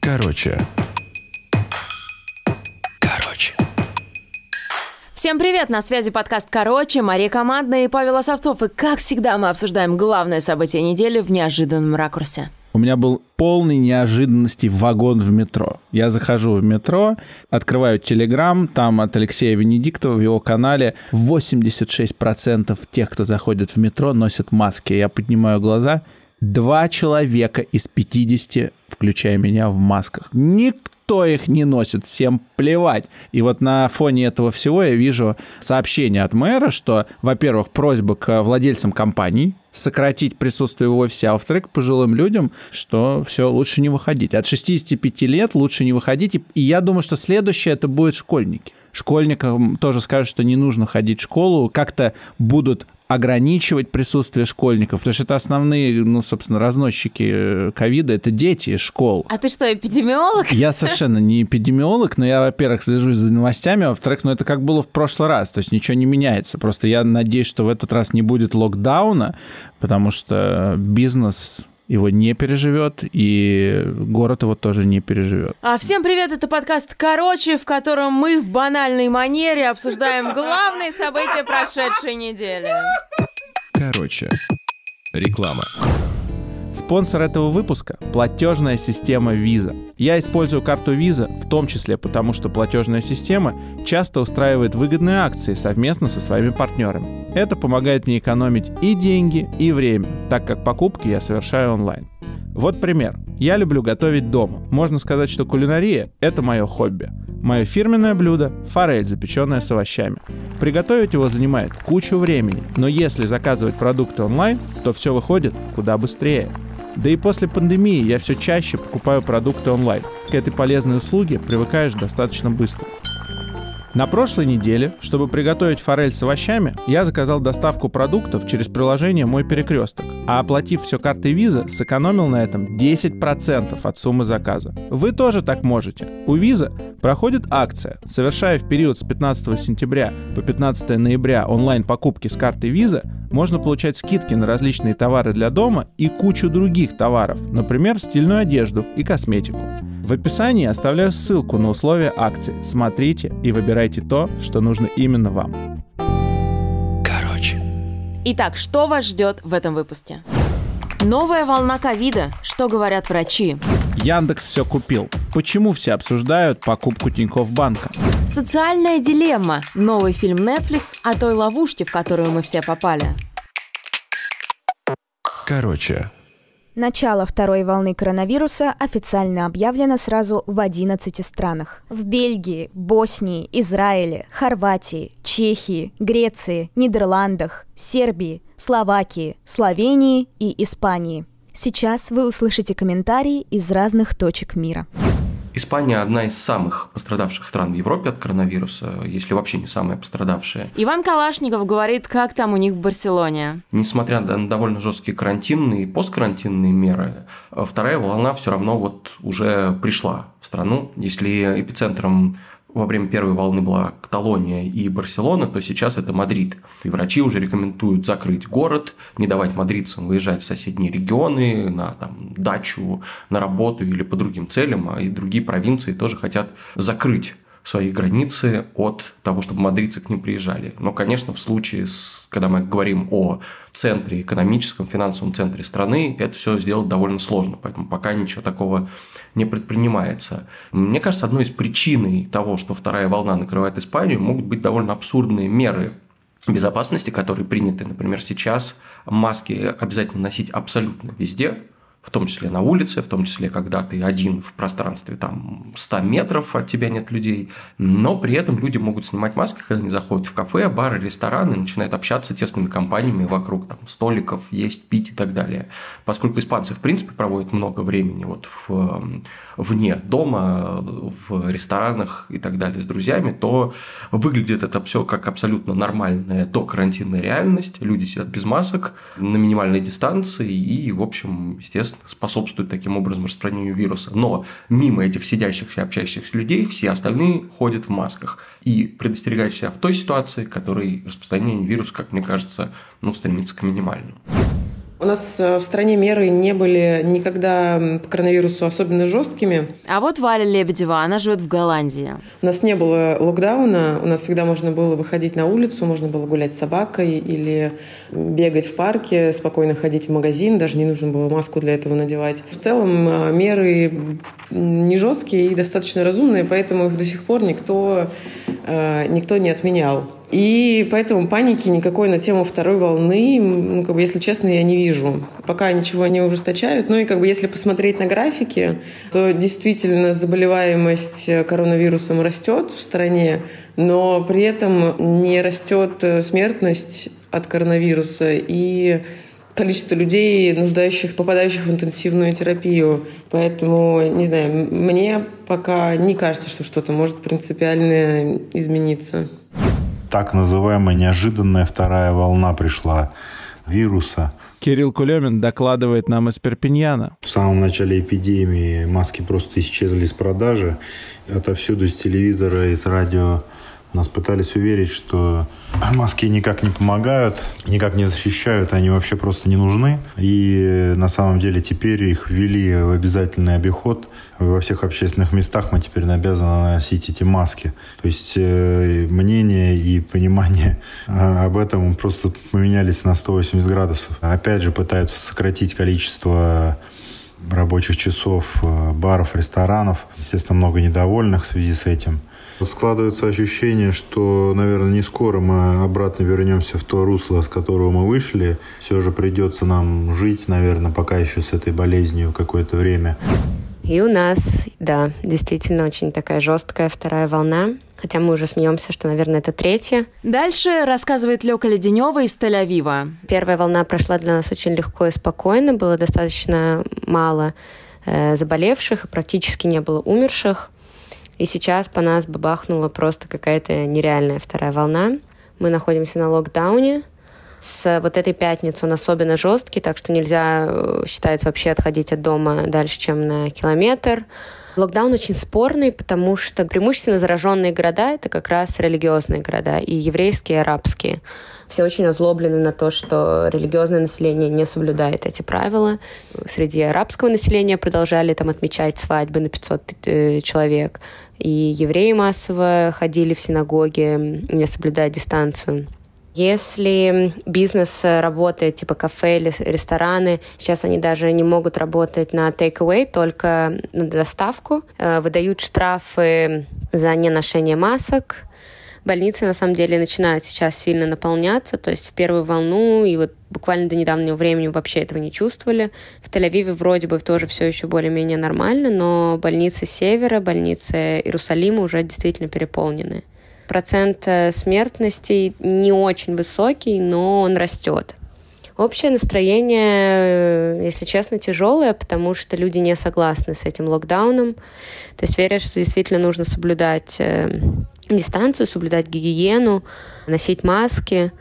Короче. Всем привет! На связи подкаст «Короче», Мария Командная и Павел Осовцов. И, как всегда, мы обсуждаем главное событие недели в неожиданном ракурсе. У меня был полный неожиданности вагон в метро. Я захожу в метро, открываю Телеграм, там от Алексея Венедиктова в его канале 86% тех, кто заходит в метро, носят маски. Я поднимаю глаза, 2 человека из 50, включая меня, в масках. Никто их не носит, всем плевать. И вот на фоне этого всего я вижу сообщение от мэра, что, во-первых, просьба к владельцам компаний сократить присутствие в офисе, а во-вторых, к пожилым людям, что все, лучше не выходить. От 65 лет лучше не выходить. И я думаю, что следующее это будут школьники. Школьникам тоже скажут, что не нужно ходить в школу, как-то будут ограничивать присутствие школьников, потому что это основные, собственно, разносчики ковида, это дети из школ. А ты что, эпидемиолог? Я совершенно не эпидемиолог, но я, во-первых, слежу за новостями, а во-вторых, это как было в прошлый раз, то есть ничего не меняется. Просто я надеюсь, что в этот раз не будет локдауна, потому что бизнес его не переживет, и город его тоже не переживет. Всем привет, это подкаст «Короче», в котором мы в банальной манере обсуждаем главные события прошедшей недели. Короче. Реклама. Спонсор этого выпуска – платежная система Visa. Я использую карту Visa, в том числе потому, что платежная система часто устраивает выгодные акции совместно со своими партнерами. Это помогает мне экономить и деньги, и время, так как покупки я совершаю онлайн. Вот пример. Я люблю готовить дома. Можно сказать, что кулинария – это мое хобби. Мое фирменное блюдо – форель, запеченная с овощами. Приготовить его занимает кучу времени, но если заказывать продукты онлайн, то все выходит куда быстрее. Да и после пандемии я все чаще покупаю продукты онлайн. К этой полезной услуге привыкаешь достаточно быстро. На прошлой неделе, чтобы приготовить форель с овощами, я заказал доставку продуктов через приложение «Мой перекресток», а оплатив все картой Visa, сэкономил на этом 10% от суммы заказа. Вы тоже так можете. У Visa проходит акция. Совершая в период с 15 сентября по 15 ноября онлайн-покупки с картой Visa, можно получать скидки на различные товары для дома и кучу других товаров, например, стильную одежду и косметику. В описании оставляю ссылку на условия акции. Смотрите и выбирайте то, что нужно именно вам. Короче. Итак, что вас ждет в этом выпуске? Новая волна ковида. Что говорят врачи? Яндекс все купил. Почему все обсуждают покупку Тинькофф банка? Социальная дилемма. Новый фильм Netflix о той ловушке, в которую мы все попали. Короче. Начало второй волны коронавируса официально объявлено сразу в 11 странах. В Бельгии, Боснии, Израиле, Хорватии, Чехии, Греции, Нидерландах, Сербии, Словакии, Словении и Испании. Сейчас вы услышите комментарии из разных точек мира. Испания одна из самых пострадавших стран в Европе от коронавируса, если вообще не самая пострадавшая. Иван Калашников говорит, как там у них в Барселоне. Несмотря на довольно жесткие карантинные и посткарантинные меры, вторая волна все равно уже пришла в страну. Если эпицентром во время первой волны была Каталония и Барселона, то сейчас это Мадрид. И врачи уже рекомендуют закрыть город, не давать мадридцам выезжать в соседние регионы, на дачу, на работу или по другим целям, и другие провинции тоже хотят закрыть свои границы от того, чтобы мадридцы к ним приезжали. Но, конечно, в случае, когда мы говорим о центре, экономическом, финансовом центре страны, это все сделать довольно сложно, поэтому пока ничего такого не предпринимается. Мне кажется, одной из причин того, что вторая волна накрывает Испанию, могут быть довольно абсурдные меры безопасности, которые приняты. Например, сейчас маски обязательно носить абсолютно везде, в том числе на улице, в том числе, когда ты один в пространстве 100 метров, от тебя нет людей, но при этом люди могут снимать маски, когда они заходят в кафе, бары, рестораны, начинают общаться тесными компаниями вокруг столиков, есть, пить и так далее. Поскольку испанцы, в принципе, проводят много времени вне дома, в ресторанах и так далее с друзьями, то выглядит это все как абсолютно нормальная докарантинная реальность. Люди сидят без масок, на минимальной дистанции и, в общем, естественно, способствует таким образом распространению вируса. Но мимо этих сидящихся, общающихся людей все остальные ходят в масках и предостерегают себя в той ситуации, в которой распространение вируса, как мне кажется, стремится к минимальному. У нас в стране меры не были никогда по коронавирусу особенно жесткими. А вот Валя Лебедева, она живет в Голландии. У нас не было локдауна, у нас всегда можно было выходить на улицу, можно было гулять с собакой или бегать в парке, спокойно ходить в магазин, даже не нужно было маску для этого надевать. В целом меры не жесткие и достаточно разумные, поэтому их до сих пор никто не отменял. И поэтому паники никакой на тему второй волны, если честно, я не вижу. Пока ничего не ужесточают. Если посмотреть на графики, то действительно заболеваемость коронавирусом растет в стране, но при этом не растет смертность от коронавируса и количество людей, попадающих в интенсивную терапию. Поэтому, не знаю, мне пока не кажется, что что-то может принципиально измениться. Так называемая неожиданная вторая волна пришла вируса. Кирилл Кулемин докладывает нам из Перпиньяна. В самом начале эпидемии маски просто исчезли с продажи. Отовсюду, с телевизора и с радио нас пытались уверить, что маски никак не помогают, никак не защищают, они вообще просто не нужны. И на самом деле теперь их ввели в обязательный обиход. Во всех общественных местах мы теперь обязаны носить эти маски. То есть мнение и понимание об этом просто поменялись на 180 градусов. Опять же пытаются сократить количество рабочих часов баров, ресторанов. Естественно, много недовольных в связи с этим. Складывается ощущение, что, наверное, не скоро мы обратно вернемся в то русло, с которого мы вышли. Все же придется нам жить, наверное, пока еще с этой болезнью какое-то время. И у нас, да, действительно очень такая жесткая вторая волна. Хотя мы уже смеемся, что, наверное, это третья. Дальше рассказывает Лёка Леденева из Тель-Авива. Первая волна прошла для нас очень легко и спокойно. Было достаточно мало заболевших, и практически не было умерших. И сейчас по нас бабахнула просто какая-то нереальная вторая волна. Мы находимся на локдауне. С вот этой пятницы он особенно жесткий, так что нельзя, считается, вообще отходить от дома дальше, чем на километр. Локдаун очень спорный, потому что преимущественно зараженные города — это как раз религиозные города, и еврейские, и арабские. Все очень озлоблены на то, что религиозное население не соблюдает эти правила. Среди арабского населения продолжали отмечать свадьбы на 500 человек. И евреи массово ходили в синагоги, не соблюдая дистанцию. Если бизнес работает, типа кафе или рестораны, сейчас они даже не могут работать на take-away, только на доставку. Выдают штрафы за неношение масок. Больницы, на самом деле, начинают сейчас сильно наполняться. То есть в первую волну и вот буквально до недавнего времени вообще этого не чувствовали. В Тель-Авиве вроде бы тоже все еще более-менее нормально, но больницы севера, больницы Иерусалима уже действительно переполнены. Процент смертности не очень высокий, но он растет. Общее настроение, если честно, тяжелое, потому что люди не согласны с этим локдауном. То есть верят, что действительно нужно соблюдать дистанцию, соблюдать гигиену, носить маски,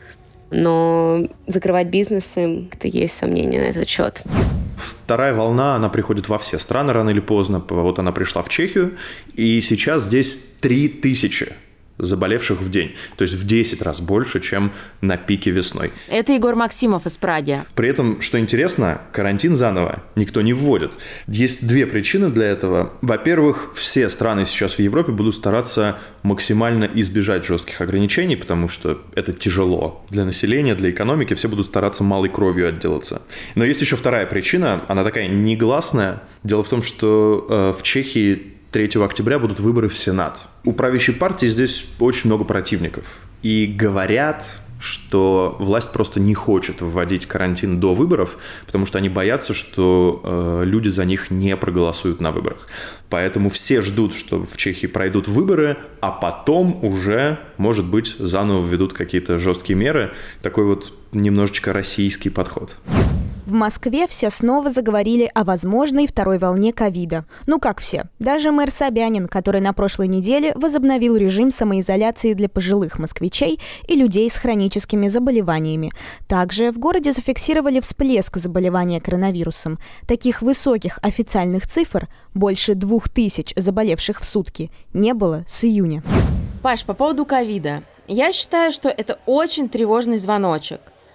но закрывать бизнесы, это есть сомнения на этот счет. Вторая волна, она приходит во все страны рано или поздно. Вот она пришла в Чехию, и сейчас здесь 3000 заболевших в день. То есть в 10 раз больше, чем на пике весной. Это Егор Максимов из Праги. При этом, что интересно, карантин заново никто не вводит. Есть две причины для этого. Во-первых, все страны сейчас в Европе будут стараться максимально избежать жестких ограничений, потому что это тяжело для населения, для экономики. Все будут стараться малой кровью отделаться. Но есть еще вторая причина, она такая негласная. Дело в том, что в Чехии 3 октября будут выборы в Сенат. У правящей партии здесь очень много противников. И говорят, что власть просто не хочет вводить карантин до выборов, потому что они боятся, что люди за них не проголосуют на выборах. Поэтому все ждут, что в Чехии пройдут выборы, а потом уже, может быть, заново введут какие-то жесткие меры. Такой вот немножечко российский подход. В Москве все снова заговорили о возможной второй волне ковида. Ну как все? Даже мэр Собянин, который на прошлой неделе возобновил режим самоизоляции для пожилых москвичей и людей с хроническими заболеваниями. Также в городе зафиксировали всплеск заболевания коронавирусом. Таких высоких официальных цифр, больше 2000 заболевших в сутки, не было с июня. Паш, по поводу ковида. Я считаю, что это очень тревожный звоночек.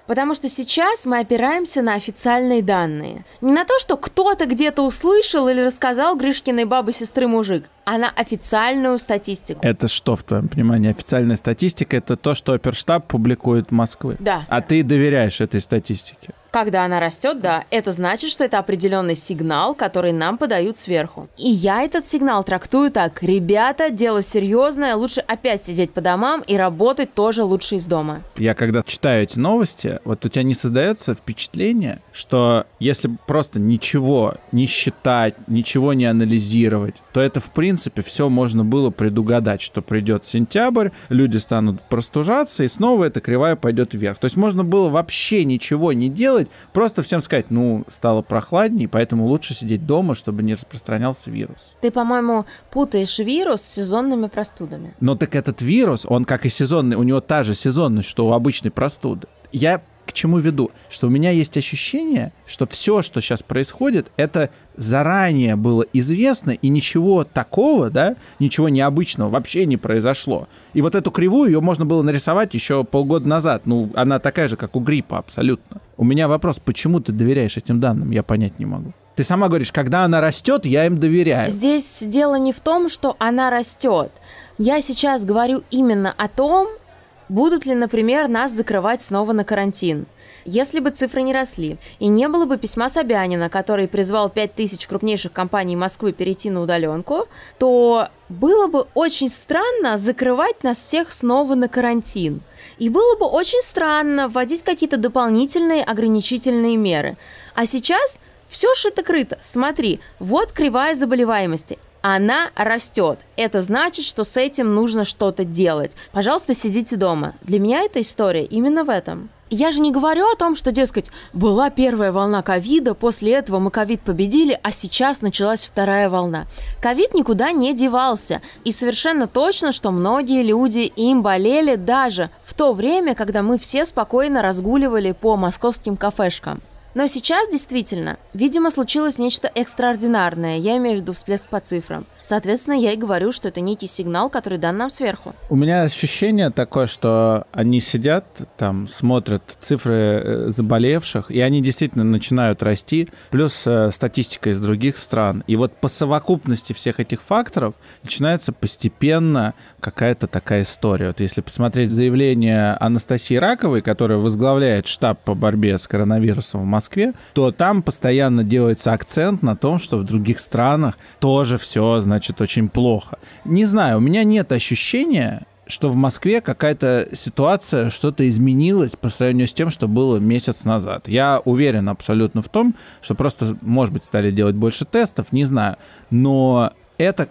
Потому что сейчас мы опираемся на официальные данные. Не на то, что кто-то где-то услышал или рассказал Гришкиной бабы-сестры мужик, а на официальную статистику. Это что, в твоем понимании? Официальная статистика — это то, что Оперштаб публикует в Москве? Да. А ты доверяешь этой статистике? Когда она растет, да, это значит, что это определенный сигнал, который нам подают сверху. И я этот сигнал трактую так: ребята, дело серьезное, лучше опять сидеть по домам и работать тоже лучше из дома. Я когда читаю эти новости, вот у тебя не создается впечатление, что если просто ничего не считать, ничего не анализировать, то это, в принципе, все можно было предугадать, что придет сентябрь, люди станут простужаться, и снова эта кривая пойдет вверх. То есть можно было вообще ничего не делать, просто всем сказать, стало прохладнее, поэтому лучше сидеть дома, чтобы не распространялся вирус. Ты, по-моему, путаешь вирус с сезонными простудами. Но так этот вирус, он как и сезонный, у него та же сезонность, что у обычной простуды. Я к чему веду? Что у меня есть ощущение, что все, что сейчас происходит, это заранее было известно, и ничего такого, да, ничего необычного вообще не произошло. И вот эту кривую, ее можно было нарисовать еще полгода назад. Она такая же, как у гриппа, абсолютно. У меня вопрос, почему ты доверяешь этим данным, я понять не могу. Ты сама говоришь, когда она растет, я им доверяю. Здесь дело не в том, что она растет. Я сейчас говорю именно о том, будут ли, например, нас закрывать снова на карантин. Если бы цифры не росли, и не было бы письма Собянина, который призвал 5000 крупнейших компаний Москвы перейти на удаленку, то было бы очень странно закрывать нас всех снова на карантин. И было бы очень странно вводить какие-то дополнительные ограничительные меры. А сейчас все шито-крыто. Смотри, вот кривая заболеваемости. Она растет. Это значит, что с этим нужно что-то делать. Пожалуйста, сидите дома. Для меня эта история именно в этом. Я же не говорю о том, что, дескать, была первая волна ковида, после этого мы ковид победили, а сейчас началась вторая волна. Ковид никуда не девался. И совершенно точно, что многие люди им болели даже в то время, когда мы все спокойно разгуливали по московским кафешкам. Но сейчас действительно, видимо, случилось нечто экстраординарное, я имею в виду всплеск по цифрам. Соответственно, я и говорю, что это некий сигнал, который дан нам сверху. У меня ощущение такое, что они сидят там, смотрят цифры заболевших, и они действительно начинают расти, плюс статистика из других стран. И вот по совокупности всех этих факторов начинается постепенно какая-то такая история. Вот если посмотреть заявление Анастасии Раковой, которая возглавляет штаб по борьбе с коронавирусом в Москве, то там постоянно делается акцент на том, что в других странах тоже все, значит, очень плохо. Не знаю, у меня нет ощущения, что в Москве какая-то ситуация, что-то изменилось по сравнению с тем, что было месяц назад. Я уверен абсолютно в том, что просто, может быть, стали делать больше тестов, не знаю. Но это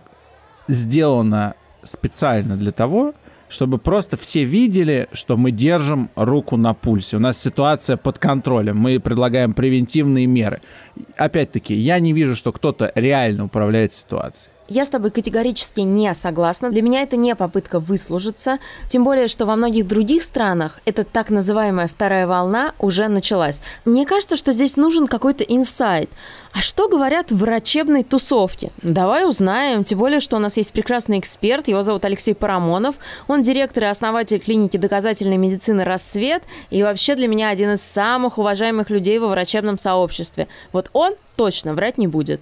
сделано специально для того, чтобы просто все видели, что мы держим руку на пульсе. У нас ситуация под контролем, мы предлагаем превентивные меры. Опять-таки, я не вижу, что кто-то реально управляет ситуацией. Я с тобой категорически не согласна. Для меня это не попытка выслужиться. Тем более, что во многих других странах эта так называемая вторая волна уже началась. Мне кажется, что здесь нужен какой-то инсайт. А что говорят в врачебной тусовке? Давай узнаем. Тем более, что у нас есть прекрасный эксперт. Его зовут Алексей Парамонов. Он директор и основатель клиники доказательной медицины «Рассвет». И вообще для меня один из самых уважаемых людей во врачебном сообществе. Вот он точно врать не будет.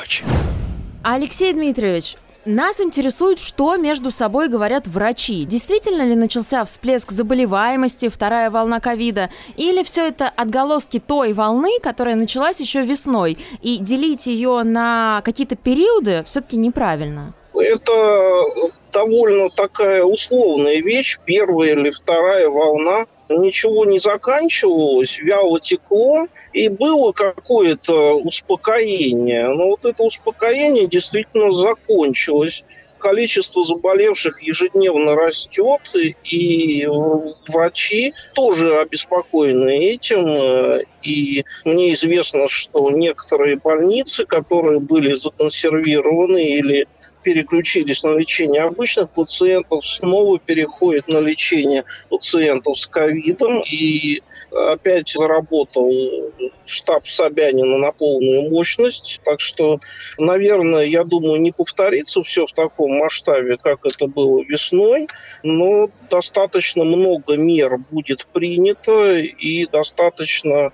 Алексей Дмитриевич, нас интересует, что между собой говорят врачи. Действительно ли начался всплеск заболеваемости, вторая волна ковида, или все это отголоски той волны, которая началась еще весной, и делить ее на какие-то периоды все-таки неправильно? Это довольно такая условная вещь, первая или вторая волна. Ничего не заканчивалось, вяло текло, и было какое-то успокоение. Но вот это успокоение действительно закончилось. Количество заболевших ежедневно растет, и врачи тоже обеспокоены этим. И мне известно, что некоторые больницы, которые были законсервированы или переключились на лечение обычных пациентов, снова переходят на лечение пациентов с ковидом. И опять заработал штаб Собянина на полную мощность. Так что, наверное, я думаю, не повторится все в таком масштабе, как это было весной, но достаточно много мер будет принято и достаточно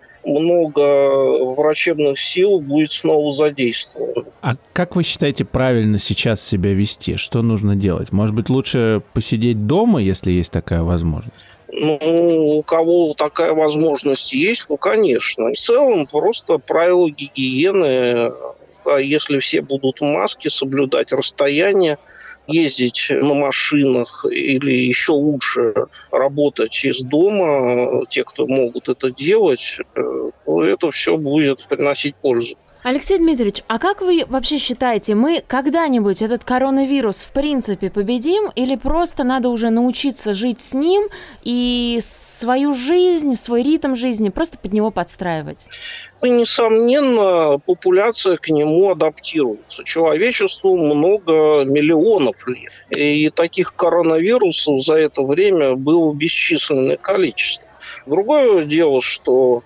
много врачебных сил будет снова задействовано. А как вы считаете правильно сейчас себя вести? Что нужно делать? Может быть, лучше посидеть дома, если есть такая возможность? Ну, у кого такая возможность есть, ну, конечно. В целом, просто правила гигиены, если все будут в маске, соблюдать расстояние, ездить на машинах или еще лучше работать из дома, те, кто могут это делать, это все будет приносить пользу. Алексей Дмитриевич, а как вы вообще считаете, мы когда-нибудь этот коронавирус в принципе победим или просто надо уже научиться жить с ним и свою жизнь, свой ритм жизни просто под него подстраивать? И, несомненно, популяция к нему адаптируется. Человечеству много миллионов лет. И таких коронавирусов за это время было бесчисленное количество. Другое дело, что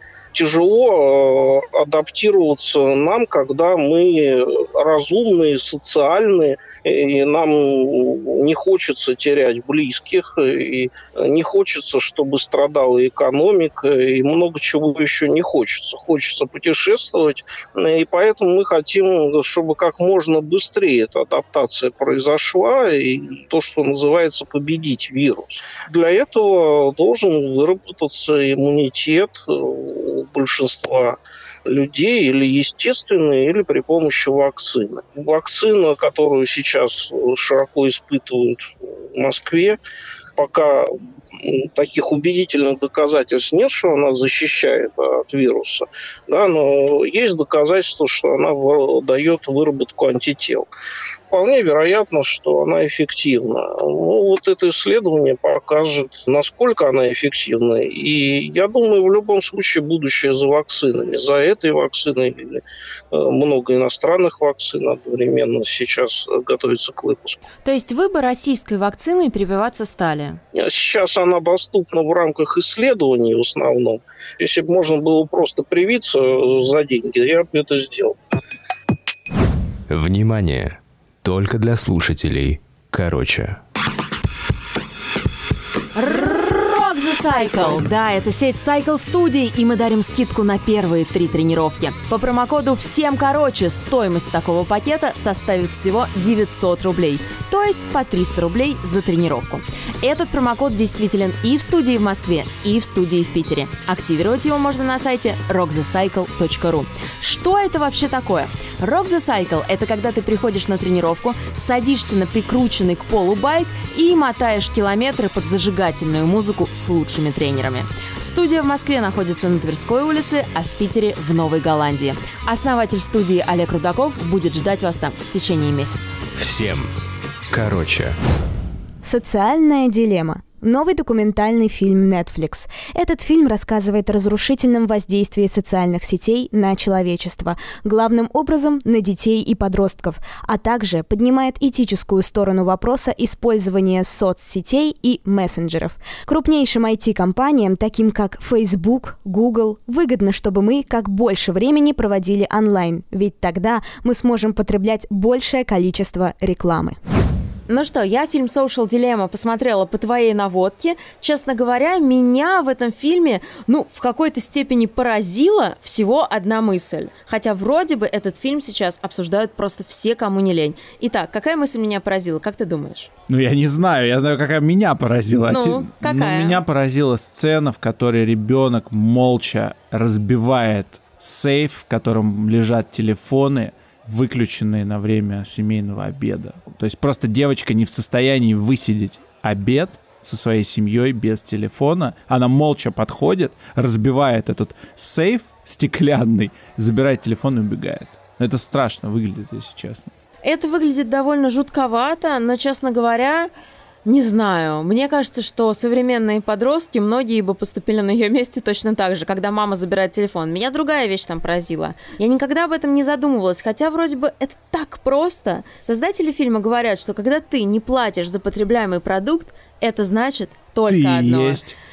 тяжело адаптироваться нам, когда мы разумные, социальные, и нам не хочется терять близких, и не хочется, чтобы страдала экономика, и много чего еще не хочется. Хочется путешествовать, и поэтому мы хотим, чтобы как можно быстрее эта адаптация произошла, и то, что называется, победить вирус. Для этого должен выработаться иммунитет большинства людей или естественные, или при помощи вакцины. Вакцина, которую сейчас широко испытывают в Москве, пока таких убедительных доказательств нет, что она защищает от вируса, да, но есть доказательства, что она дает выработку антител. Вполне вероятно, что она эффективна. Ну, вот это исследование покажет, насколько она эффективна. И я думаю, в любом случае будущее за вакцинами. За этой вакциной или много иностранных вакцин одновременно сейчас готовится к выпуску. То есть вы бы российской вакциной прививаться стали? Сейчас она доступна в рамках исследований в основном. Если бы можно было просто привиться за деньги, я бы это сделал. Внимание! Только для слушателей. Короче. Rock the Cycle! Да, это сеть Cycle Studio, и мы дарим скидку на первые 3 тренировки. По промокоду «Всем короче» стоимость такого пакета составит всего 900 рублей, то есть по 300 рублей за тренировку. Этот промокод действителен и в студии в Москве, и в студии в Питере. Активировать его можно на сайте rockthecycle.ru. Что это вообще такое? Rock the Cycle – это когда ты приходишь на тренировку, садишься на прикрученный к полу байк и мотаешь километры под зажигательную музыку с лучшими тренерами. Студия в Москве находится на Тверской улице, а в Питере – в Новой Голландии. Основатель студии Олег Рудаков будет ждать вас там в течение месяца. Всем короче. Социальная дилемма. Новый документальный фильм Netflix. Этот фильм рассказывает о разрушительном воздействии социальных сетей на человечество, главным образом на детей и подростков, а также поднимает этическую сторону вопроса использования соцсетей и мессенджеров. Крупнейшим IT-компаниям, таким как Facebook, Google, выгодно, чтобы мы как больше времени проводили онлайн, ведь тогда мы сможем потреблять большее количество рекламы. Ну что, я фильм «Social Dilemma» посмотрела по твоей наводке. Честно говоря, меня в этом фильме, в какой-то степени поразила всего одна мысль. Хотя вроде бы этот фильм сейчас обсуждают просто все, кому не лень. Итак, какая мысль меня поразила? Как ты думаешь? Я не знаю. Я знаю, какая меня поразила. Какая? Меня поразила сцена, в которой ребенок молча разбивает сейф, в котором лежат телефоны, выключенные на время семейного обеда. То есть просто девочка не в состоянии высидеть обед со своей семьей без телефона. Она молча подходит, разбивает этот сейф стеклянный, забирает телефон и убегает. Это страшно выглядит, если честно. Это выглядит довольно жутковато, но, честно говоря, не знаю. Мне кажется, что современные подростки, многие бы поступили на ее месте точно так же, когда мама забирает телефон. Меня другая вещь там поразила. Я никогда об этом не задумывалась, хотя вроде бы это так просто. Создатели фильма говорят, что когда ты не платишь за потребляемый продукт, это значит только ты одно. Есть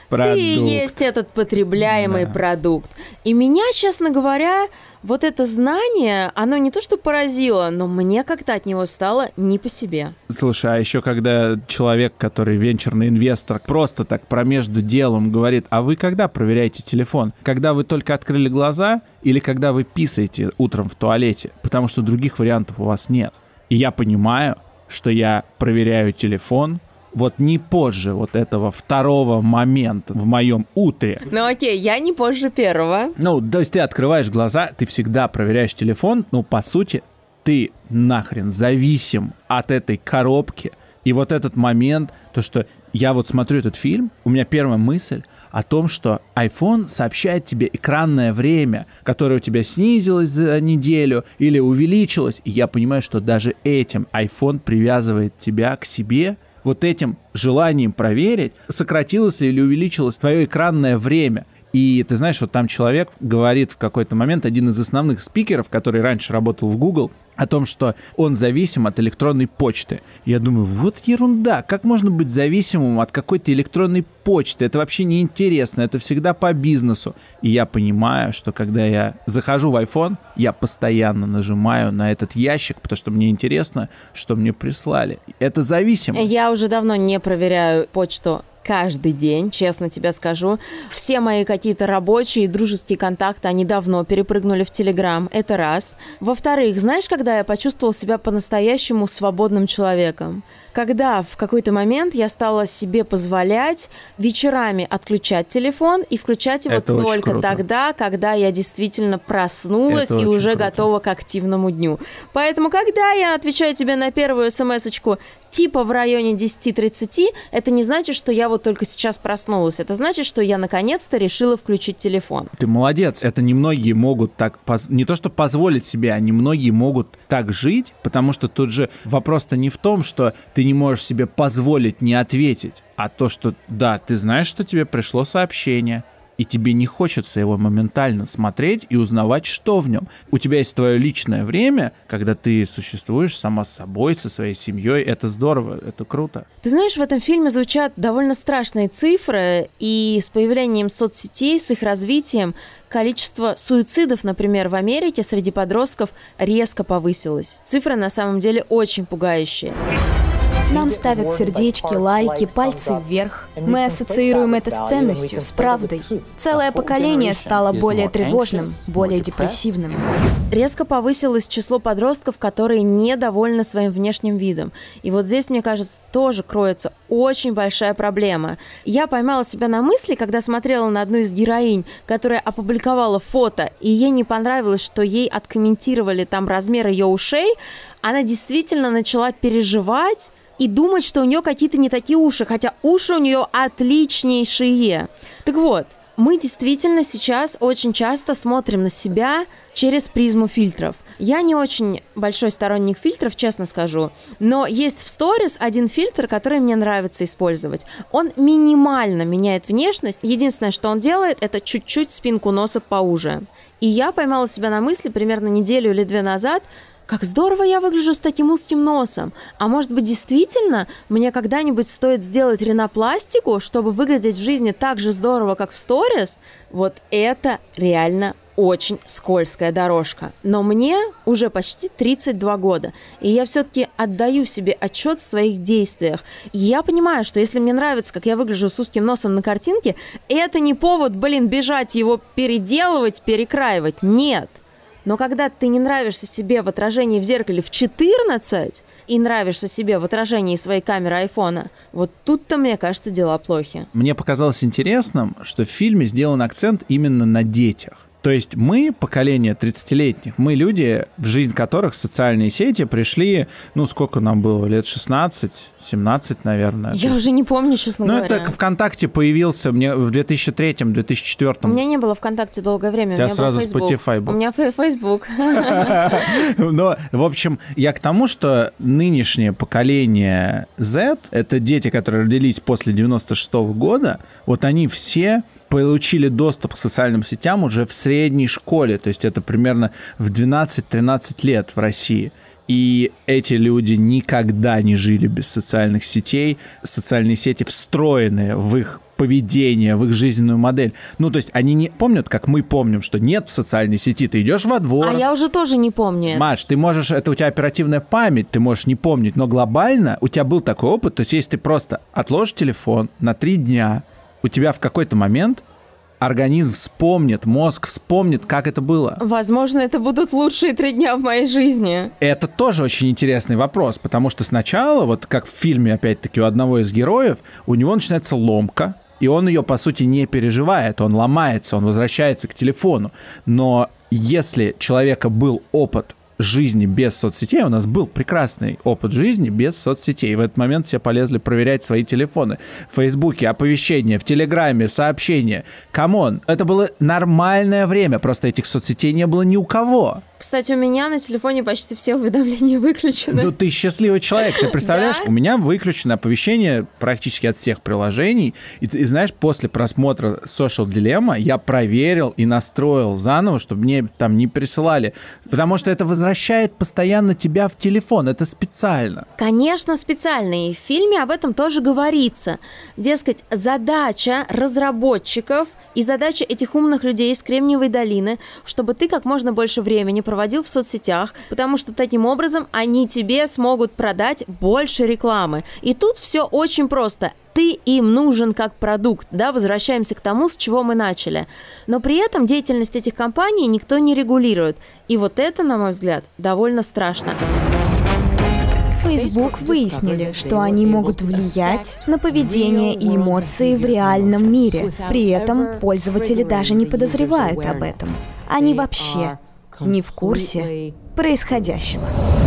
Ты и есть этот потребляемый продукт. И меня, честно говоря, вот это знание, оно не то что поразило, но мне как-то от него стало не по себе. Слушай, а еще когда человек, который венчурный инвестор, просто так промежду делом говорит: а вы когда проверяете телефон? Когда вы только открыли глаза или когда вы писаете утром в туалете? Потому что других вариантов у вас нет. И я понимаю, что я проверяю телефон вот не позже вот этого второго момента в моем утре. Ну окей, я не позже первого. Ну, то есть ты открываешь глаза, ты всегда проверяешь телефон, ну, по сути, ты нахрен зависим от этой коробки. И вот этот момент, то, что я вот смотрю этот фильм, у меня первая мысль о том, что iPhone сообщает тебе экранное время, которое у тебя снизилось за неделю или увеличилось. И я понимаю, что даже этим iPhone привязывает тебя к себе. Вот этим желанием проверить, сократилось или увеличилось твое экранное время. И ты знаешь, вот там человек говорит в какой-то момент, один из основных спикеров, который раньше работал в Google, о том, что он зависим от электронной почты. Я думаю, вот ерунда, как можно быть зависимым от какой-то электронной почты? Это вообще неинтересно, это всегда по бизнесу. И я понимаю, что когда я захожу в iPhone, я постоянно нажимаю на этот ящик, потому что мне интересно, что мне прислали. Это зависимость. Я уже давно не проверяю почту каждый день, честно тебе скажу. Все мои какие-то рабочие и дружеские контакты, они давно перепрыгнули в Телеграм. Это раз. Во-вторых, знаешь, когда я почувствовала себя по-настоящему свободным человеком? Когда в какой-то момент я стала себе позволять вечерами отключать телефон и включать его это только тогда, когда я действительно проснулась и уже готова к активному дню. Поэтому, когда я отвечаю тебе на первую смс-очку типа в районе 10:30, это не значит, что я вот только сейчас проснулась. Это значит, что я наконец-то решила включить телефон. Ты молодец. Это немногие могут так, не то что позволить себе, а немногие могут так жить, потому что тут же вопрос-то не в том, что ты не можешь себе позволить не ответить, а то, что да, ты знаешь, что тебе пришло сообщение, и тебе не хочется его моментально смотреть и узнавать, что в нем. У тебя есть твое личное время, когда ты существуешь сама с собой, со своей семьей. Это здорово, это круто. Ты знаешь, в этом фильме звучат довольно страшные цифры, и с появлением соцсетей, с их развитием, количество суицидов, например, в Америке среди подростков резко повысилось. Цифры на самом деле очень пугающие. Нам ставят сердечки, лайки, пальцы вверх. Мы ассоциируем это с ценностью, с правдой. Целое поколение стало более тревожным, более депрессивным. Резко повысилось число подростков, которые недовольны своим внешним видом. И вот здесь, мне кажется, тоже кроется очень большая проблема. Я поймала себя на мысли, когда смотрела на одну из героинь, которая опубликовала фото, и ей не понравилось, что ей откомментировали там размер ее ушей. Она действительно начала переживать и думать, что у нее какие-то не такие уши, хотя уши у нее отличнейшие. Так вот, мы действительно сейчас очень часто смотрим на себя через призму фильтров. Я не очень большой сторонник фильтров, честно скажу, но есть в сторис один фильтр, который мне нравится использовать. Он минимально меняет внешность. Единственное, что он делает, это чуть-чуть спинку носа поуже. И я поймала себя на мысли примерно неделю или две назад: как здорово я выгляжу с таким узким носом. А может быть, действительно, мне когда-нибудь стоит сделать ринопластику, чтобы выглядеть в жизни так же здорово, как в сторис? Вот это реально очень скользкая дорожка. Но мне уже почти 32 года, и я все-таки отдаю себе отчет в своих действиях. И я понимаю, что если мне нравится, как я выгляжу с узким носом на картинке, это не повод, бежать его переделывать, перекраивать. Нет. Но когда ты не нравишься себе в отражении в зеркале в 14 и нравишься себе в отражении своей камеры айфона, вот тут-то, мне кажется, дела плохи. Мне показалось интересным, что в фильме сделан акцент именно на детях. То есть мы, поколение 30-летних, мы люди, в жизнь которых социальные сети пришли, сколько нам было, лет 16, 17, наверное. Я уже не помню, честно говоря. Это ВКонтакте появился мне в 2003-2004. У меня не было ВКонтакте долгое время, у меня сразу был Facebook. Spotify был. У меня Facebook. Но, в общем, я к тому, что нынешнее поколение Z, это дети, которые родились после 96-го года, вот они все получили доступ к социальным сетям уже в средней школе, то есть это примерно в 12-13 лет в России. И эти люди никогда не жили без социальных сетей. Социальные сети встроены в их поведение, в их жизненную модель. Ну, то есть они не помнят, как мы помним, что нет в социальной сети, ты идешь во двор. А я уже тоже не помню. Маш, ты можешь, это у тебя оперативная память, ты можешь не помнить, но глобально у тебя был такой опыт, то есть если ты просто отложишь телефон на 3 дня, у тебя в какой-то момент организм вспомнит, мозг вспомнит, как это было. Возможно, это будут лучшие 3 дня в моей жизни. Это тоже очень интересный вопрос, потому что сначала, вот как в фильме, опять-таки, у одного из героев, у него начинается ломка, и он ее, по сути, не переживает, он ломается, он возвращается к телефону. Но если у человека был опыт жизни без соцсетей, у нас был прекрасный опыт жизни без соцсетей. В этот момент все полезли проверять свои телефоны. В Фейсбуке оповещения, в Телеграме сообщения. Камон, это было нормальное время, просто этих соцсетей не было ни у кого. Кстати, у меня на телефоне почти все уведомления выключены. Ну, ты счастливый человек, ты представляешь? Да? У меня выключено оповещение практически от всех приложений. И ты знаешь, после просмотра Social Dilemma я проверил и настроил заново, чтобы мне там не присылали. Потому что это возвращает постоянно тебя в телефон. Это специально. Конечно, специально. И в фильме об этом тоже говорится. Дескать, задача разработчиков и задача этих умных людей из Кремниевой долины, чтобы ты как можно больше времени проводил в соцсетях, потому что таким образом они тебе смогут продать больше рекламы. И тут все очень просто. Ты им нужен как продукт, да, возвращаемся к тому, с чего мы начали. Но при этом деятельность этих компаний никто не регулирует. И вот это, на мой взгляд, довольно страшно. Facebook выяснили, что они могут влиять на поведение и эмоции в реальном мире. При этом пользователи даже не подозревают об этом. Они вообще не в курсе происходящего.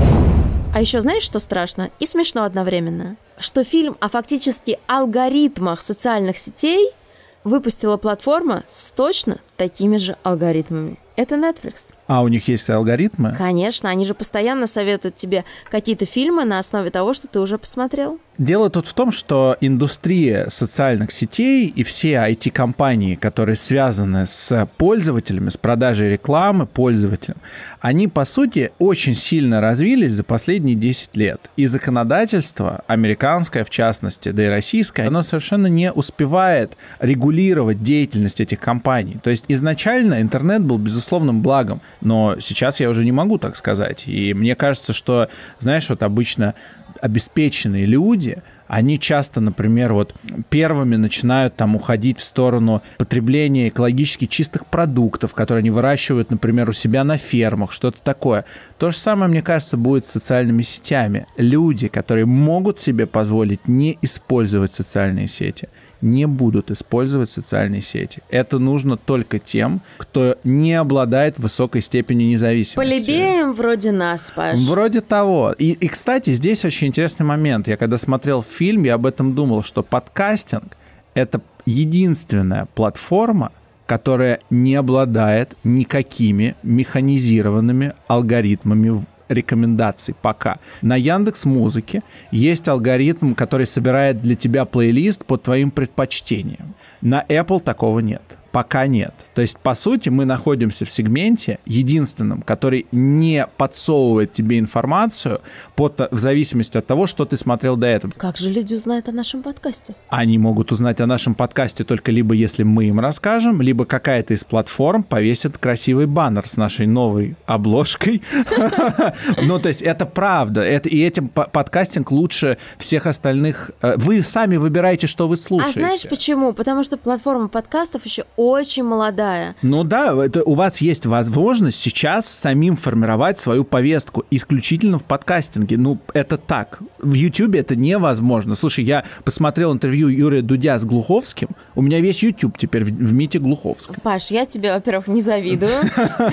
А еще знаешь, что страшно и смешно одновременно? Что фильм о фактически алгоритмах социальных сетей выпустила платформа с точно такими же алгоритмами. Это Netflix. А у них есть алгоритмы? Конечно, они же постоянно советуют тебе какие-то фильмы на основе того, что ты уже посмотрел. Дело тут в том, что индустрия социальных сетей и все IT-компании, которые связаны с пользователями, с продажей рекламы пользователям, они, по сути, очень сильно развились за последние 10 лет. И законодательство, американское в частности, да и российское, оно совершенно не успевает регулировать деятельность этих компаний. То есть изначально интернет был безусловным благом, но сейчас я уже не могу так сказать. И мне кажется, что, знаешь, вот обычно обеспеченные люди, они часто, например, вот первыми начинают там уходить в сторону потребления экологически чистых продуктов, которые они выращивают, например, у себя на фермах, что-то такое. То же самое, мне кажется, будет с социальными сетями. Люди, которые могут себе позволить не использовать социальные сети, не будут использовать социальные сети. Это нужно только тем, кто не обладает высокой степенью независимости. Полебеем вроде нас, Паш. Вроде того. И, кстати, здесь очень интересный момент. Я когда смотрел фильм, я об этом думал, что подкастинг — это единственная платформа, которая не обладает никакими механизированными алгоритмами рекомендаций пока. На Яндекс.Музыке есть алгоритм, который собирает для тебя плейлист по твоим предпочтениям. На Apple такого нет. Пока нет. То есть, по сути, мы находимся в сегменте единственном, который не подсовывает тебе информацию в зависимости от того, что ты смотрел до этого. Как же люди узнают о нашем подкасте? Они могут узнать о нашем подкасте только либо если мы им расскажем, либо какая-то из платформ повесит красивый баннер с нашей новой обложкой. Ну, то есть, это правда. И этим подкастинг лучше всех остальных. Вы сами выбираете, что вы слушаете. А знаешь почему? Потому что платформа подкастов еще очень молодая. Ну да, у вас есть возможность сейчас самим формировать свою повестку исключительно в подкастинге. Ну, это так. В Ютубе это невозможно. Слушай, я посмотрел интервью Юрия Дудя с Глуховским. У меня весь Ютуб теперь в Мите Глуховском. Паш, я тебе, во-первых, не завидую.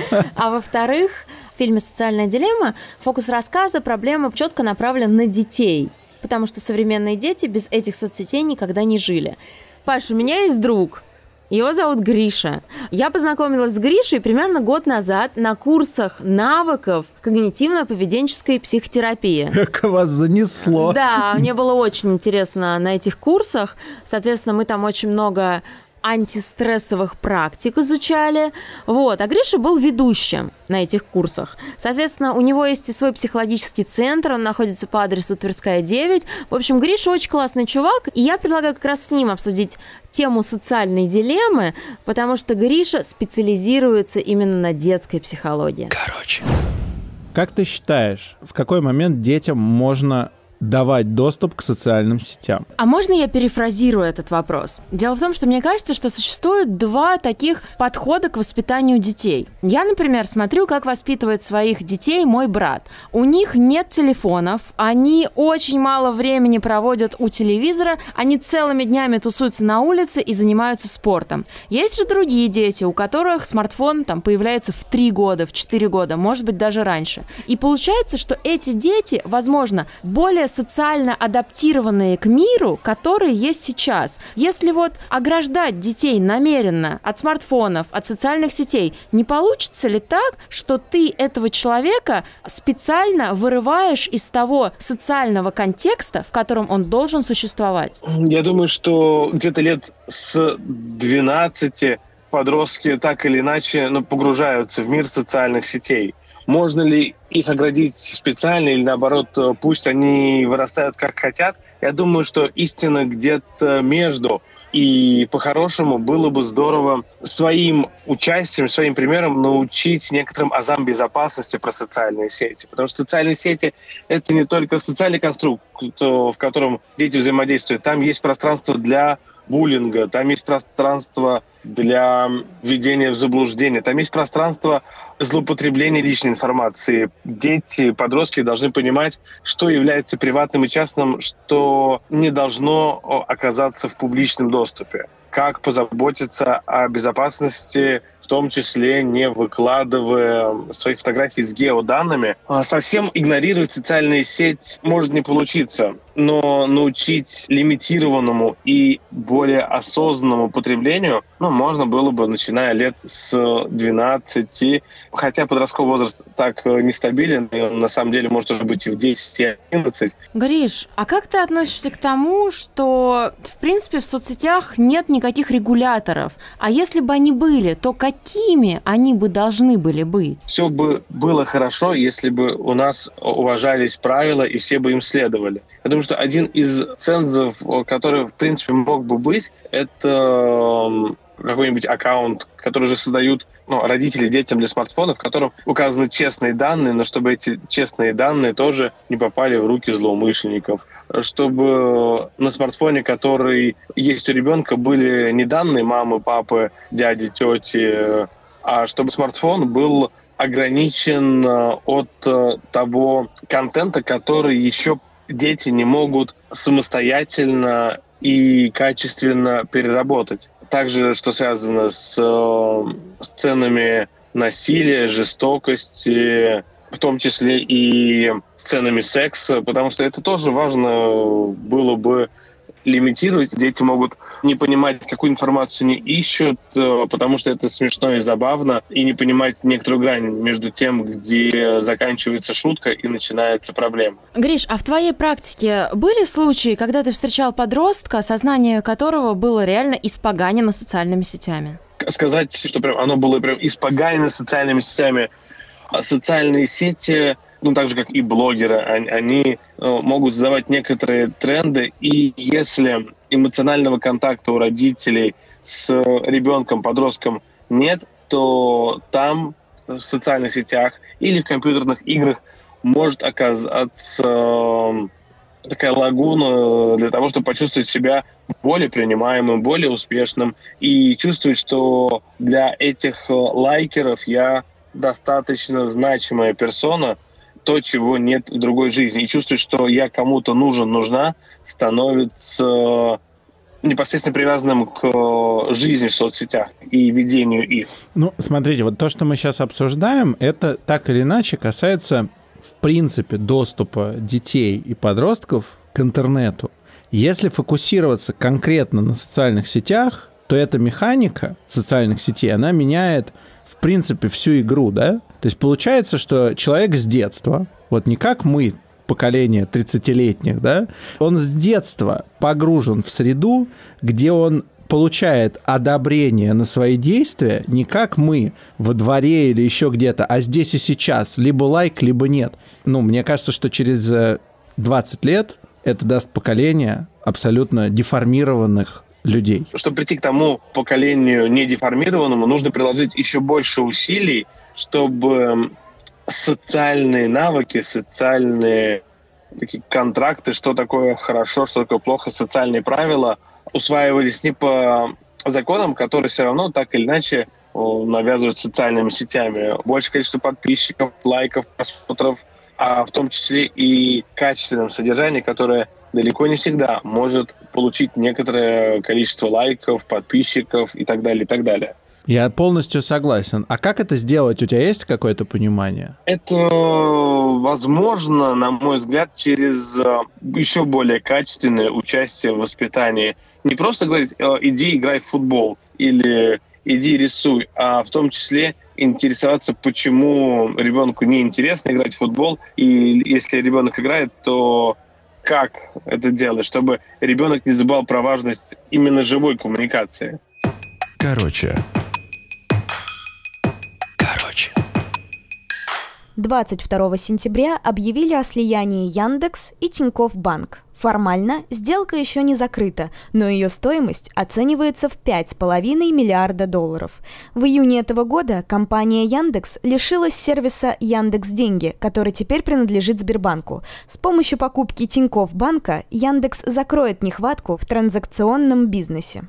А во-вторых, в фильме «Социальная дилемма» фокус рассказа, проблема четко направлен на детей. Потому что современные дети без этих соцсетей никогда не жили. Паш, у меня есть друг. Его зовут Гриша. Я познакомилась с Гришей примерно год назад на курсах навыков когнитивно-поведенческой психотерапии. Как вас занесло. Да, мне было очень интересно на этих курсах. Соответственно, мы там очень много антистрессовых практик изучали. Вот. А Гриша был ведущим на этих курсах. Соответственно, у него есть и свой психологический центр, он находится по адресу Тверская, 9. В общем, Гриша очень классный чувак, и я предлагаю как раз с ним обсудить тему социальной дилеммы, потому что Гриша специализируется именно на детской психологии. Короче. Как ты считаешь, в какой момент детям можно давать доступ к социальным сетям? А можно я перефразирую этот вопрос? Дело в том, что мне кажется, что существует два таких подхода к воспитанию детей. Я, например, смотрю, как воспитывает своих детей мой брат. У них нет телефонов, они очень мало времени проводят у телевизора, они целыми днями тусуются на улице и занимаются спортом. Есть же другие дети, у которых смартфон там появляется в 3 года, в 4 года, может быть, даже раньше. И получается, что эти дети, возможно, более социально адаптированные к миру, которые есть сейчас. Если вот ограждать детей намеренно от смартфонов, от социальных сетей, не получится ли так, что ты этого человека специально вырываешь из того социального контекста, в котором он должен существовать? Я думаю, что где-то лет с 12 подростки так или иначе погружаются в мир социальных сетей. Можно ли их оградить специально или, наоборот, пусть они вырастают как хотят? Я думаю, что истина где-то между. И по-хорошему было бы здорово своим участием, своим примером научить некоторым азам безопасности про социальные сети. Потому что социальные сети — это не только социальный конструкт, в котором дети взаимодействуют. Там есть пространство для буллинга, там есть пространство для введения в заблуждение, там есть пространство злоупотребления личной информации. Дети, подростки должны понимать, что является приватным и частным, что не должно оказаться в публичном доступе. Как позаботиться о безопасности, в том числе не выкладывая свои фотографии с геоданными. Совсем игнорировать социальные сети может не получиться, но научить лимитированному и более осознанному потреблению можно было бы, начиная лет с 12, хотя подростковый возраст так нестабилен, и он на самом деле может уже быть и в 10, и 11. Гриш, а как ты относишься к тому, что, в принципе, в соцсетях нет никаких регуляторов? А если бы они были, то какими они бы должны были быть? Все бы было хорошо, если бы у нас уважались правила и все бы им следовали. Я думаю, что один из цензов, который, в принципе, мог бы быть, это какой-нибудь аккаунт, который уже создают родители детям для смартфонов, в котором указаны честные данные, но чтобы эти честные данные тоже не попали в руки злоумышленников. Чтобы на смартфоне, который есть у ребенка, были не данные мамы, папы, дяди, тети, а чтобы смартфон был ограничен от того контента, который еще дети не могут самостоятельно и качественно переработать. Также, что связано с сценами насилия, жестокости, в том числе и сценами секса, потому что это тоже важно было бы лимитировать. Дети могут не понимать, какую информацию они ищут, потому что это смешно и забавно, и не понимать некоторую грань между тем, где заканчивается шутка и начинается проблема. Гриш, а в твоей практике были случаи, когда ты встречал подростка, сознание которого было реально испоганено социальными сетями? Сказать, что прям оно было прям испоганено социальными сетями. Социальные сети, так же, как и блогеры, они могут задавать некоторые тренды, и если эмоционального контакта у родителей с ребенком, подростком нет, то там, в социальных сетях или в компьютерных играх может оказаться такая лагуна для того, чтобы почувствовать себя более принимаемым, более успешным и чувствовать, что для этих лайкеров я достаточно значимая персона, то, чего нет в другой жизни. И чувствовать, что я кому-то нужен, нужна, становится непосредственно привязанным к жизни в соцсетях и ведению их. Смотрите, вот то, что мы сейчас обсуждаем, это так или иначе касается, в принципе, доступа детей и подростков к интернету. Если фокусироваться конкретно на социальных сетях, то эта механика социальных сетей, она меняет, в принципе, всю игру, да? То есть получается, что человек с детства, вот не как мы, поколение 30-летних, да, он с детства погружен в среду, где он получает одобрение на свои действия не как мы во дворе или еще где-то, а здесь и сейчас. Либо лайк, либо нет. Ну, мне кажется, что через 20 лет это даст поколение абсолютно деформированных людей. Чтобы прийти к тому поколению недеформированному, нужно приложить еще больше усилий, чтобы социальные навыки, социальные такие контракты, что такое хорошо, что такое плохо, социальные правила усваивались не по законам, которые все равно так или иначе навязывают социальными сетями. Большее количество подписчиков, лайков, просмотров, а в том числе и качественном содержании, которое далеко не всегда может получить некоторое количество лайков, подписчиков и так далее, и так далее. Я полностью согласен. А как это сделать? У тебя есть какое-то понимание? Это возможно, на мой взгляд, через еще более качественное участие в воспитании. Не просто говорить «иди играй в футбол» или «иди рисуй», а в том числе интересоваться, почему ребенку неинтересно играть в футбол, и если ребенок играет, то как это делать, чтобы ребенок не забывал про важность именно живой коммуникации. Короче. 22 сентября объявили о слиянии Яндекс и Тинькофф Банк. Формально сделка еще не закрыта, но ее стоимость оценивается в $5,5 миллиарда. В июне этого года компания Яндекс лишилась сервиса Яндекс.Деньги, который теперь принадлежит Сбербанку. С помощью покупки Тинькофф Банка Яндекс закроет нехватку в транзакционном бизнесе.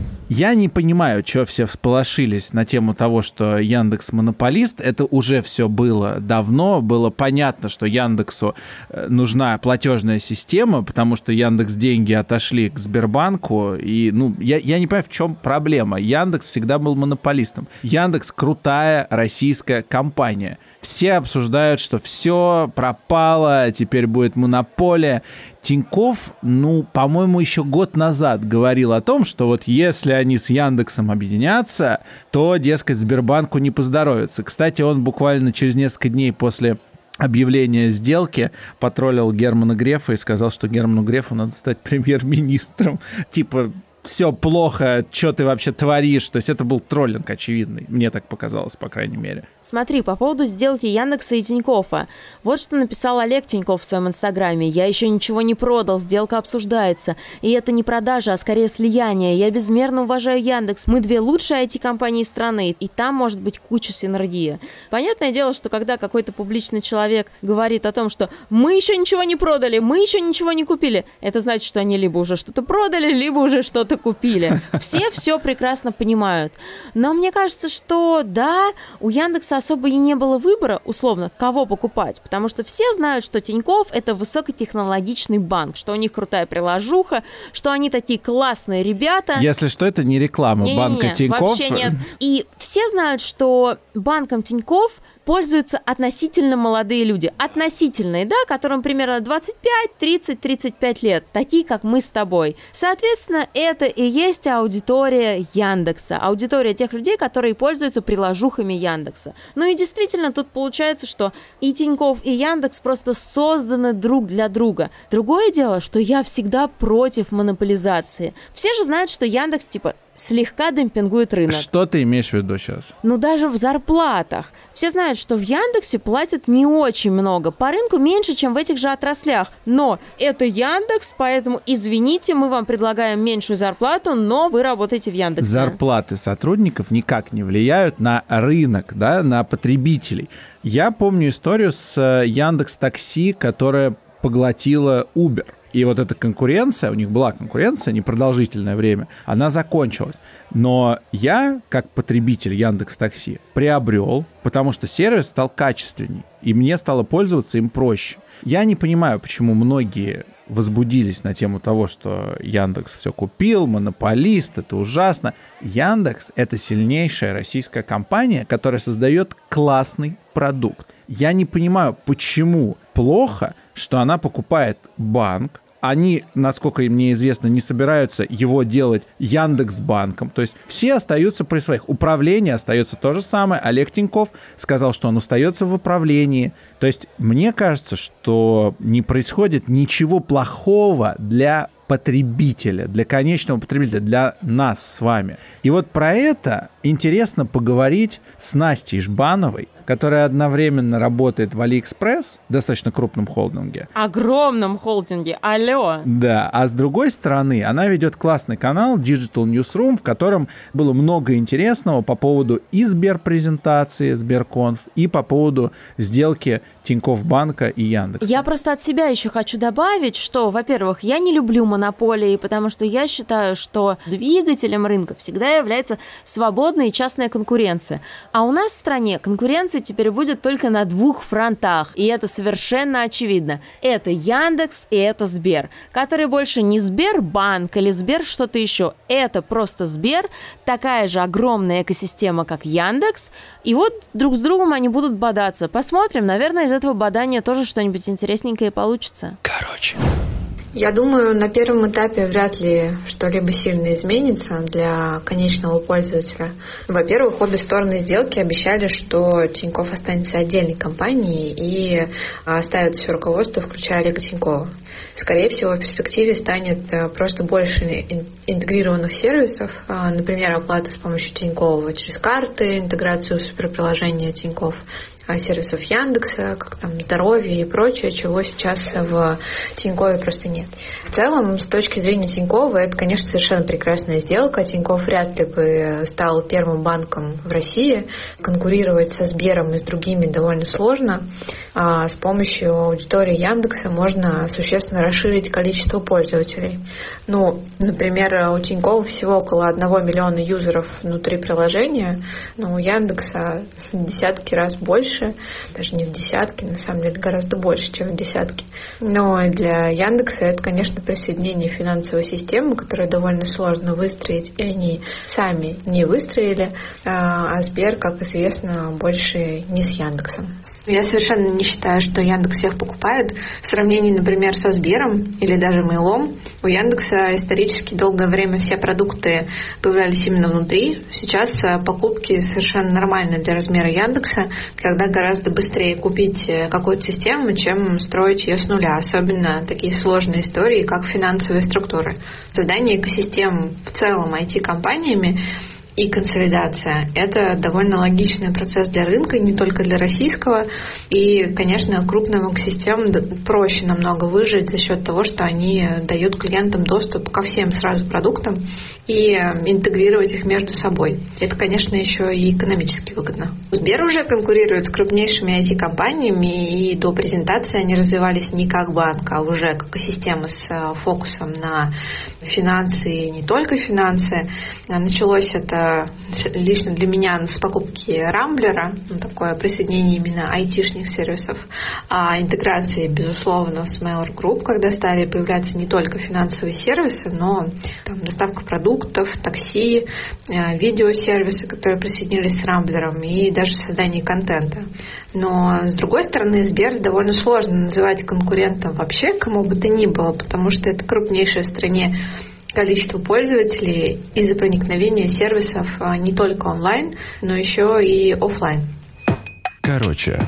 Я не понимаю, что все всполошились на тему того, что Яндекс монополист. Это уже все было давно. Было понятно, что Яндексу нужна платежная система, потому что Яндекс.Деньги отошли к Сбербанку. И, я не понимаю, в чем проблема. Яндекс всегда был монополистом. Яндекс крутая российская компания. Все обсуждают, что все пропало, теперь будет монополия. Тинькофф, по-моему, еще год назад говорил о том, что вот если они с Яндексом объединятся, то, дескать, Сбербанку не поздоровится. Кстати, он буквально через несколько дней после объявления сделки потроллил Германа Грефа и сказал, что Герману Грефу надо стать премьер-министром. Типа, все плохо, что ты вообще творишь? То есть это был троллинг очевидный. Мне так показалось, по крайней мере. Смотри, по поводу сделки Яндекса и Тинькоффа. Вот что написал Олег Тинькофф в своем инстаграме. «Я еще ничего не продал, сделка обсуждается. И это не продажа, а скорее слияние. Я безмерно уважаю Яндекс. Мы две лучшие IT-компании страны, и там может быть куча синергии». Понятное дело, что когда какой-то публичный человек говорит о том, что «мы еще ничего не продали, мы еще ничего не купили», это значит, что они либо уже что-то продали, либо уже что-то купили. Все прекрасно понимают. Но мне кажется, что да, у Яндекса особо и не было выбора, условно, кого покупать, потому что все знают, что Тинькофф — это высокотехнологичный банк, что у них крутая приложуха, что они такие классные ребята. Если что, это не реклама банка Тинькофф. Вообще нет. И все знают, что банком Тинькофф пользуются относительно молодые люди. Относительные, да, которым примерно 25, 30, 35 лет, такие, как мы с тобой. Соответственно, это и есть аудитория Яндекса. Аудитория тех людей, которые пользуются приложухами Яндекса. Ну и действительно, тут получается, что и Тинькофф, и Яндекс просто созданы друг для друга. Другое дело, что я всегда против монополизации. Все же знают, что Яндекс, слегка демпингует рынок. Что ты имеешь в виду сейчас? Даже в зарплатах. Все знают, что в Яндексе платят не очень много. По рынку меньше, чем в этих же отраслях. Но это Яндекс, поэтому, извините, мы вам предлагаем меньшую зарплату, но вы работаете в Яндексе. Зарплаты сотрудников никак не влияют на рынок, да, на потребителей. Я помню историю с Яндекс.Такси, которая поглотила Uber. И вот эта конкуренция, у них была конкуренция непродолжительное время, она закончилась. Но я, как потребитель Яндекс.Такси, приобрел, потому что сервис стал качественней, и мне стало пользоваться им проще. Я не понимаю, почему многие возбудились на тему того, что Яндекс все купил, монополист, это ужасно. Яндекс — это сильнейшая российская компания, которая создает классный продукт. Я не понимаю, почему плохо, что она покупает банк. Они, насколько мне известно, не собираются его делать Яндекс.Банком. То есть все остаются при своих. Управление остается то же самое. Олег Тинькофф сказал, что он остается в управлении. То есть мне кажется, что не происходит ничего плохого для потребителя, для конечного потребителя, для нас с вами. И вот про это интересно поговорить с Настей Жбановой, которая одновременно работает в AliExpress, достаточно крупном холдинге. Огромном холдинге, алло. Да, а с другой стороны, она ведет классный канал Digital Newsroom, в котором было много интересного по поводу и Сберпрезентации, Сберконф, и по поводу сделки Тинькофф Банка и Яндекса. Я просто от себя еще хочу добавить, что, во-первых, я не люблю монополии, потому что я считаю, что двигателем рынка всегда является свободная и частная конкуренция. А у нас в стране конкуренция теперь будет только на 2 фронтах, и это совершенно очевидно. Это Яндекс и это Сбер, который больше не Сбербанк или Сбер что-то еще. Это просто Сбер, такая же огромная экосистема, как Яндекс, и вот друг с другом они будут бодаться. Посмотрим, наверное, из этого бадания тоже что-нибудь интересненькое получится. Короче. Я думаю, на первом этапе вряд ли что-либо сильно изменится для конечного пользователя. Во-первых, обе стороны сделки обещали, что Тинькофф останется отдельной компанией и оставит все руководство, включая Олега Тинькова. Скорее всего, в перспективе станет просто больше интегрированных сервисов, например, оплата с помощью Тинькова через карты, интеграцию в суперприложение Тинькофф, сервисов Яндекса, как там здоровье и прочее, чего сейчас в Тинькове просто нет. В целом, с точки зрения Тинькова, это, конечно, совершенно прекрасная сделка. Тинькофф вряд ли бы стал первым банком в России. Конкурировать со Сбером и с другими довольно сложно. А с помощью аудитории Яндекса можно существенно расширить количество пользователей. Ну, например, у Тинькова всего около 1 миллиона юзеров внутри приложения, но у Яндекса в десятки раз больше, даже не в десятки, на самом деле гораздо больше, чем в десятки. Но для Яндекса это, конечно, присоединение финансовой системы, которую довольно сложно выстроить, и они сами не выстроили, а Сбер, как известно, больше не с Яндексом. Я совершенно не считаю, что Яндекс всех покупает. В сравнении, например, со Сбером или даже Mail.com, у Яндекса исторически долгое время все продукты появлялись именно внутри. Сейчас покупки совершенно нормальны для размера Яндекса, когда гораздо быстрее купить какую-то систему, чем строить ее с нуля. Особенно такие сложные истории, как финансовые структуры. Создание экосистем в целом IT-компаниями и консолидация – это довольно логичный процесс для рынка, не только для российского. И, конечно, крупным экосистемам проще намного выжить за счет того, что они дают клиентам доступ ко всем сразу продуктам и интегрировать их между собой. Это, конечно, еще и экономически выгодно. Сбер уже конкурирует с крупнейшими IT-компаниями, и до презентации они развивались не как банк, а уже как экосистема с фокусом на финансы и не только финансы. Началось это лично для меня с покупки Рамблера, такое присоединение именно айтишных сервисов, а интеграции, безусловно, с Mail.ru Group, когда стали появляться не только финансовые сервисы, но там, доставка продуктов, такси, видеосервисы, которые присоединились с Рамблером, и даже создание контента. Но, с другой стороны, Сбер довольно сложно называть конкурентом вообще кому бы то ни было, потому что это крупнейшая в стране количество пользователей из-за проникновения сервисов не только онлайн, но еще и офлайн. Короче.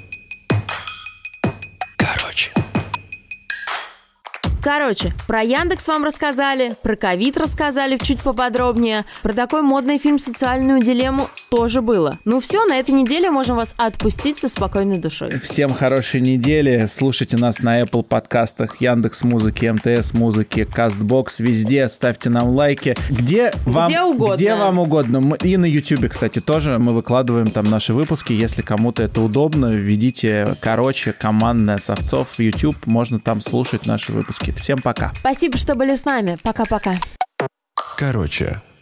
Короче, про Яндекс вам рассказали, про ковид рассказали чуть поподробнее, про такой модный фильм «Социальную дилемму» тоже было. Ну все, на этой неделе можем вас отпустить со спокойной душой. Всем хорошей недели. Слушайте нас на Apple подкастах, Яндекс.Музыке, МТС.Музыке, Castbox, везде. Ставьте нам лайки. Где вам угодно. И на YouTube, кстати, тоже мы выкладываем там наши выпуски. Если кому-то это удобно, введите «Короче», командное Совцов в YouTube. Можно там слушать наши выпуски. Всем пока. Спасибо, что были с нами. Пока-пока. Короче.